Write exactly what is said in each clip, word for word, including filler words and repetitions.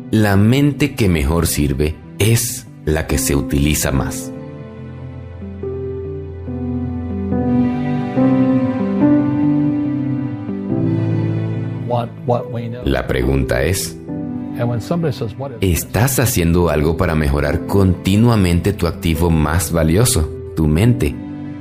La mente que mejor sirve es la que se utiliza más. La pregunta es, ¿estás haciendo algo para mejorar continuamente tu activo más valioso, tu mente?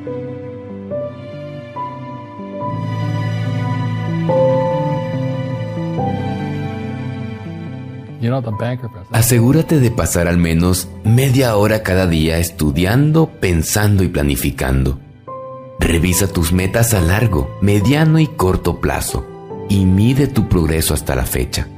Asegúrate de pasar al menos media hora cada día estudiando, pensando y planificando. Revisa tus metas a largo, mediano y corto plazo y mide tu progreso hasta la fecha.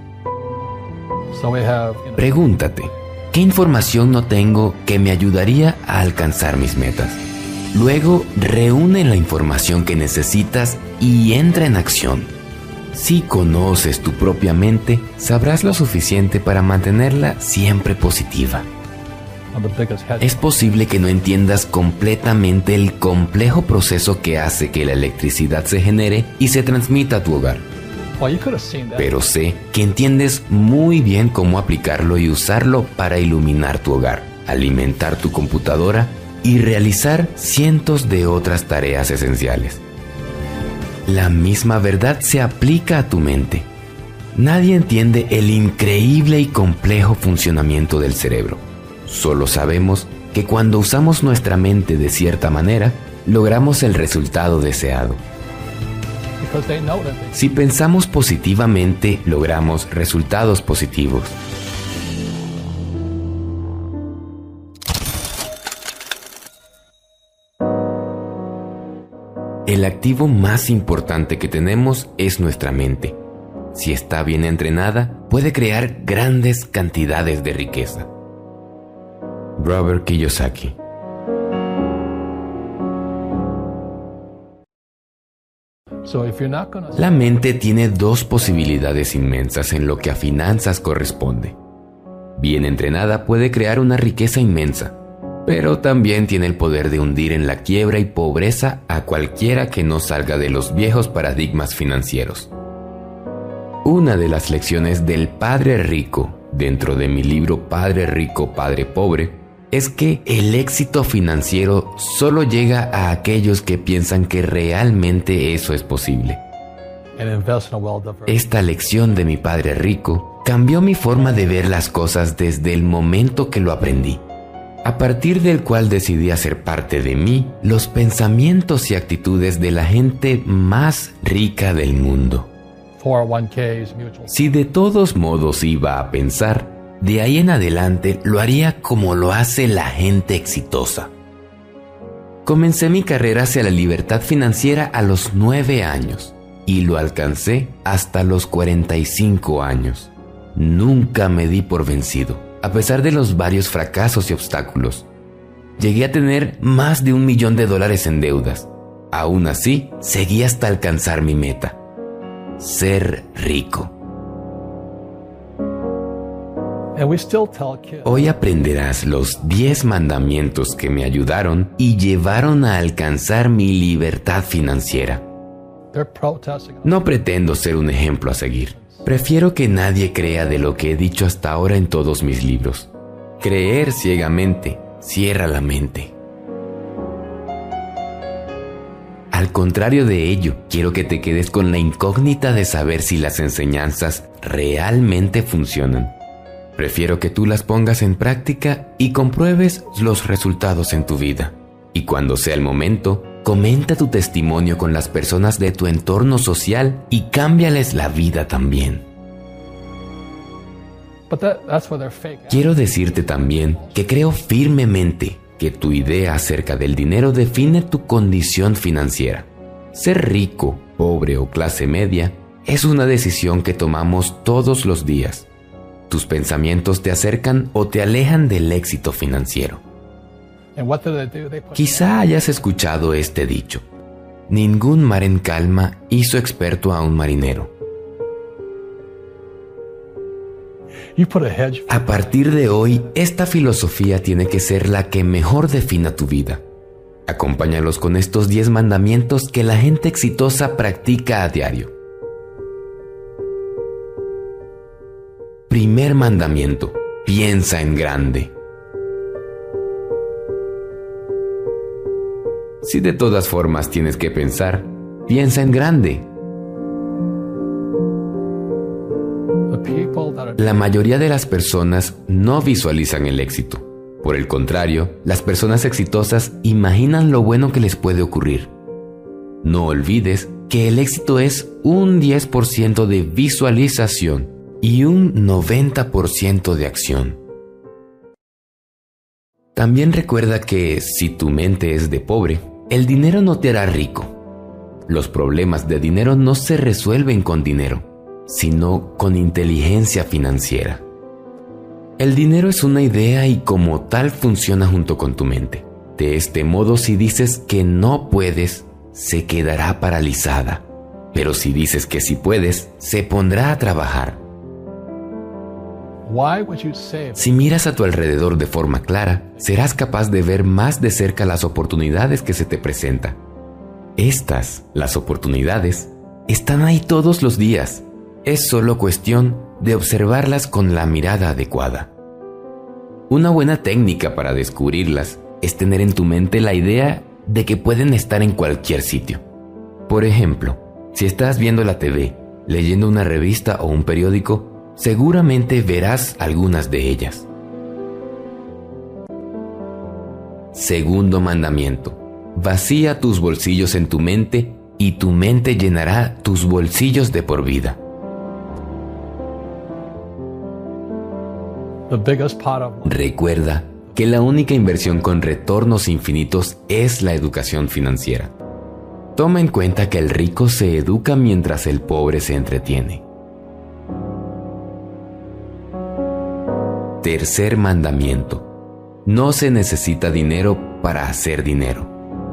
Pregúntate, ¿qué información no tengo que me ayudaría a alcanzar mis metas? Luego, reúne la información que necesitas y entra en acción. Si conoces tu propia mente, sabrás lo suficiente para mantenerla siempre positiva. Es posible que no entiendas completamente el complejo proceso que hace que la electricidad se genere y se transmita a tu hogar. Pero sé que entiendes muy bien cómo aplicarlo y usarlo para iluminar tu hogar, alimentar tu computadora y realizar cientos de otras tareas esenciales. La misma verdad se aplica a tu mente. Nadie entiende el increíble y complejo funcionamiento del cerebro. Solo sabemos que cuando usamos nuestra mente de cierta manera, logramos el resultado deseado. Si pensamos positivamente, logramos resultados positivos. El activo más importante que tenemos es nuestra mente. Si está bien entrenada, puede crear grandes cantidades de riqueza. Robert Kiyosaki. La mente tiene dos posibilidades inmensas en lo que a finanzas corresponde. Bien entrenada puede crear una riqueza inmensa, pero también tiene el poder de hundir en la quiebra y pobreza a cualquiera que no salga de los viejos paradigmas financieros. Una de las lecciones del Padre Rico, dentro de mi libro Padre Rico, Padre Pobre, es que el éxito financiero solo llega a aquellos que piensan que realmente eso es posible. Esta lección de mi Padre Rico cambió mi forma de ver las cosas desde el momento que lo aprendí, a partir del cual decidí hacer parte de mí los pensamientos y actitudes de la gente más rica del mundo. Si de todos modos iba a pensar, de ahí en adelante lo haría como lo hace la gente exitosa. Comencé mi carrera hacia la libertad financiera a los nueve años y lo alcancé hasta los cuarenta y cinco años. Nunca me di por vencido, a pesar de los varios fracasos y obstáculos. Llegué a tener más de un millón de dólares en deudas. Aún así, seguí hasta alcanzar mi meta: ser rico. Hoy aprenderás los diez mandamientos que me ayudaron y llevaron a alcanzar mi libertad financiera. No pretendo ser un ejemplo a seguir. Prefiero que nadie crea de lo que he dicho hasta ahora en todos mis libros. Creer ciegamente cierra la mente. Al contrario de ello, quiero que te quedes con la incógnita de saber si las enseñanzas realmente funcionan. Prefiero que tú las pongas en práctica y compruebes los resultados en tu vida. Y cuando sea el momento, comenta tu testimonio con las personas de tu entorno social y cámbiales la vida también. Quiero decirte también que creo firmemente que tu idea acerca del dinero define tu condición financiera. Ser rico, pobre o clase media es una decisión que tomamos todos los días. Tus pensamientos te acercan o te alejan del éxito financiero. Quizá hayas escuchado este dicho: ningún mar en calma hizo experto a un marinero. A partir de hoy, esta filosofía tiene que ser la que mejor defina tu vida. Acompáñalos con estos diez mandamientos que la gente exitosa practica a diario. Primer mandamiento: piensa en grande. Si de todas formas tienes que pensar, piensa en grande. La mayoría de las personas no visualizan el éxito. Por el contrario, las personas exitosas imaginan lo bueno que les puede ocurrir. No olvides que el éxito es un diez por ciento de visualización y un noventa por ciento de acción. También recuerda que si tu mente es de pobre, el dinero no te hará rico. Los problemas de dinero no se resuelven con dinero, sino con inteligencia financiera. El dinero es una idea y como tal funciona junto con tu mente. De este modo, si dices que no puedes, se quedará paralizada. Pero si dices que sí puedes, se pondrá a trabajar. Si miras a tu alrededor de forma clara, serás capaz de ver más de cerca las oportunidades que se te presentan. Estas, las oportunidades, están ahí todos los días. Es solo cuestión de observarlas con la mirada adecuada. Una buena técnica para descubrirlas es tener en tu mente la idea de que pueden estar en cualquier sitio. Por ejemplo, si estás viendo la T V, leyendo una revista o un periódico, seguramente verás algunas de ellas. Segundo mandamiento: vacía tus bolsillos en tu mente y tu mente llenará tus bolsillos de por vida. Recuerda que la única inversión con retornos infinitos es la educación financiera. Toma en cuenta que el rico se educa mientras el pobre se entretiene. Tercer mandamiento: no se necesita dinero para hacer dinero.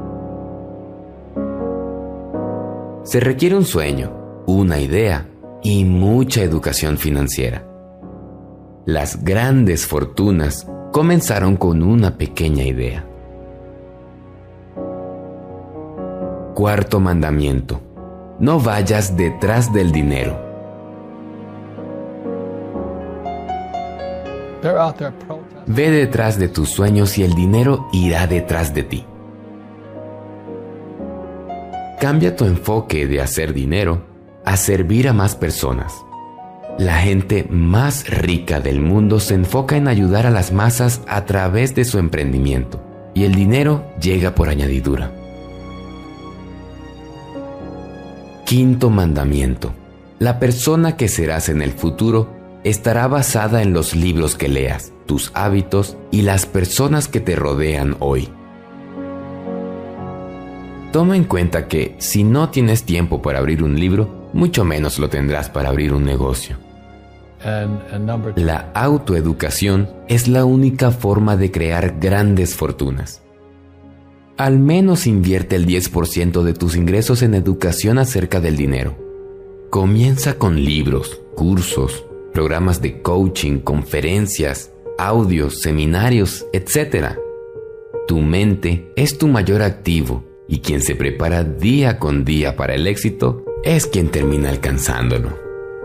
Se requiere un sueño, una idea y mucha educación financiera. Las grandes fortunas comenzaron con una pequeña idea. Cuarto mandamiento: no vayas detrás del dinero. Ve detrás de tus sueños y el dinero irá detrás de ti. Cambia tu enfoque de hacer dinero a servir a más personas. La gente más rica del mundo se enfoca en ayudar a las masas a través de su emprendimiento, y el dinero llega por añadidura. Quinto mandamiento: la persona que serás en el futuro estará basada en los libros que leas, tus hábitos y las personas que te rodean hoy. Toma en cuenta que si no tienes tiempo para abrir un libro, mucho menos lo tendrás para abrir un negocio. La autoeducación es la única forma de crear grandes fortunas. Al menos invierte el diez por ciento de tus ingresos en educación acerca del dinero. Comienza con libros, cursos, programas de coaching, conferencias, audios, seminarios, etcétera. Tu mente es tu mayor activo y quien se prepara día con día para el éxito es quien termina alcanzándolo.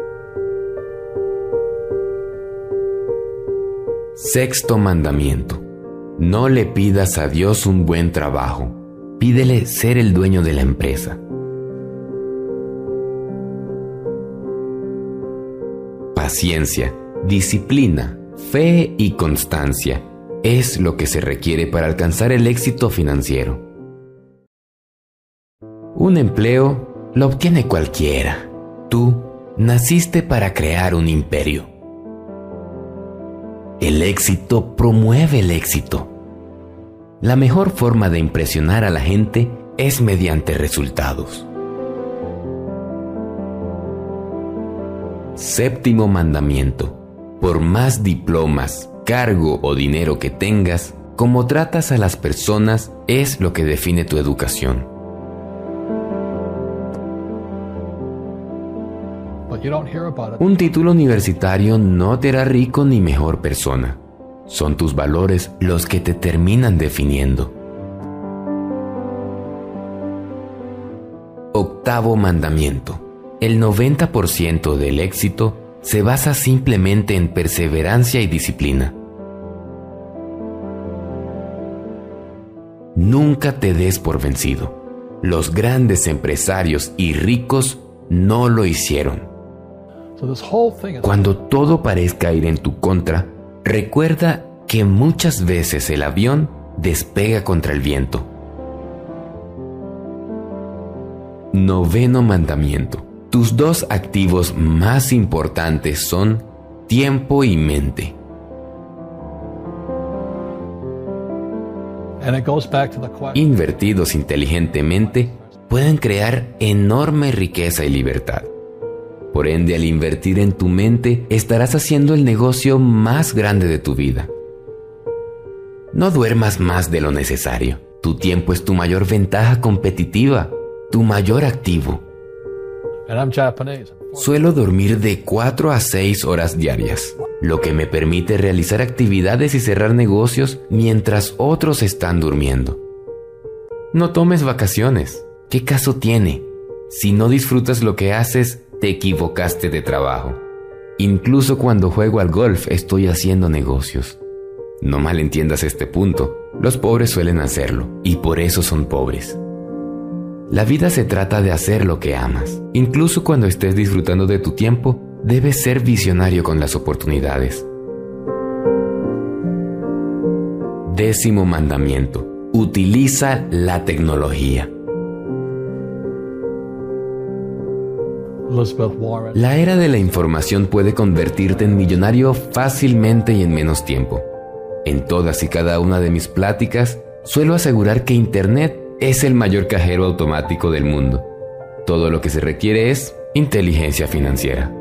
Sexto mandamiento: no le pidas a Dios un buen trabajo, pídele ser el dueño de la empresa. Paciencia, disciplina, fe y constancia es lo que se requiere para alcanzar el éxito financiero. Un empleo lo obtiene cualquiera. Tú naciste para crear un imperio. El éxito promueve el éxito. La mejor forma de impresionar a la gente es mediante resultados. Séptimo mandamiento: por más diplomas, cargo o dinero que tengas, cómo tratas a las personas es lo que define tu educación. Un título universitario no te hará rico ni mejor persona. Son tus valores los que te terminan definiendo. Octavo mandamiento: el noventa por ciento del éxito se basa simplemente en perseverancia y disciplina. Nunca te des por vencido. Los grandes empresarios y ricos no lo hicieron. Cuando todo parezca ir en tu contra, recuerda que muchas veces el avión despega contra el viento. Noveno mandamiento. Tus dos activos más importantes son tiempo y mente. Invertidos inteligentemente, pueden crear enorme riqueza y libertad. Por ende, al invertir en tu mente, estarás haciendo el negocio más grande de tu vida. No duermas más de lo necesario. Tu tiempo es tu mayor ventaja competitiva, tu mayor activo. Suelo dormir de cuatro a seis horas diarias, lo que me permite realizar actividades y cerrar negocios mientras otros están durmiendo. No tomes vacaciones. ¿Qué caso tiene? Si no disfrutas lo que haces, te equivocaste de trabajo. Incluso cuando juego al golf, estoy haciendo negocios. No malentiendas este punto. Los pobres suelen hacerlo, y por eso son pobres. La vida se trata de hacer lo que amas. Incluso cuando estés disfrutando de tu tiempo, debes ser visionario con las oportunidades. Décimo mandamiento. Utiliza la tecnología. La era de la información puede convertirte en millonario fácilmente y en menos tiempo. En todas y cada una de mis pláticas, suelo asegurar que Internet es el mayor cajero automático del mundo. Todo lo que se requiere es inteligencia financiera.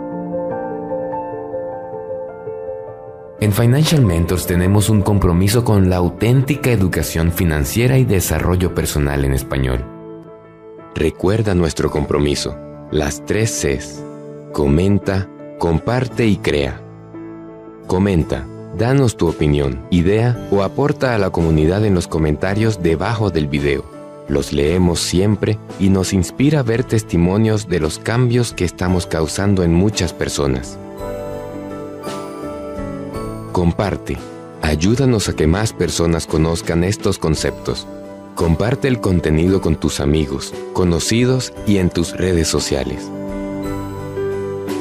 En Financial Mentors tenemos un compromiso con la auténtica educación financiera y desarrollo personal en español. Recuerda nuestro compromiso, las tres Cs. Comenta, comparte y crea. Comenta. Danos tu opinión, idea o aporta a la comunidad en los comentarios debajo del video. Los leemos siempre y nos inspira ver testimonios de los cambios que estamos causando en muchas personas. Comparte. Ayúdanos a que más personas conozcan estos conceptos. Comparte el contenido con tus amigos, conocidos y en tus redes sociales.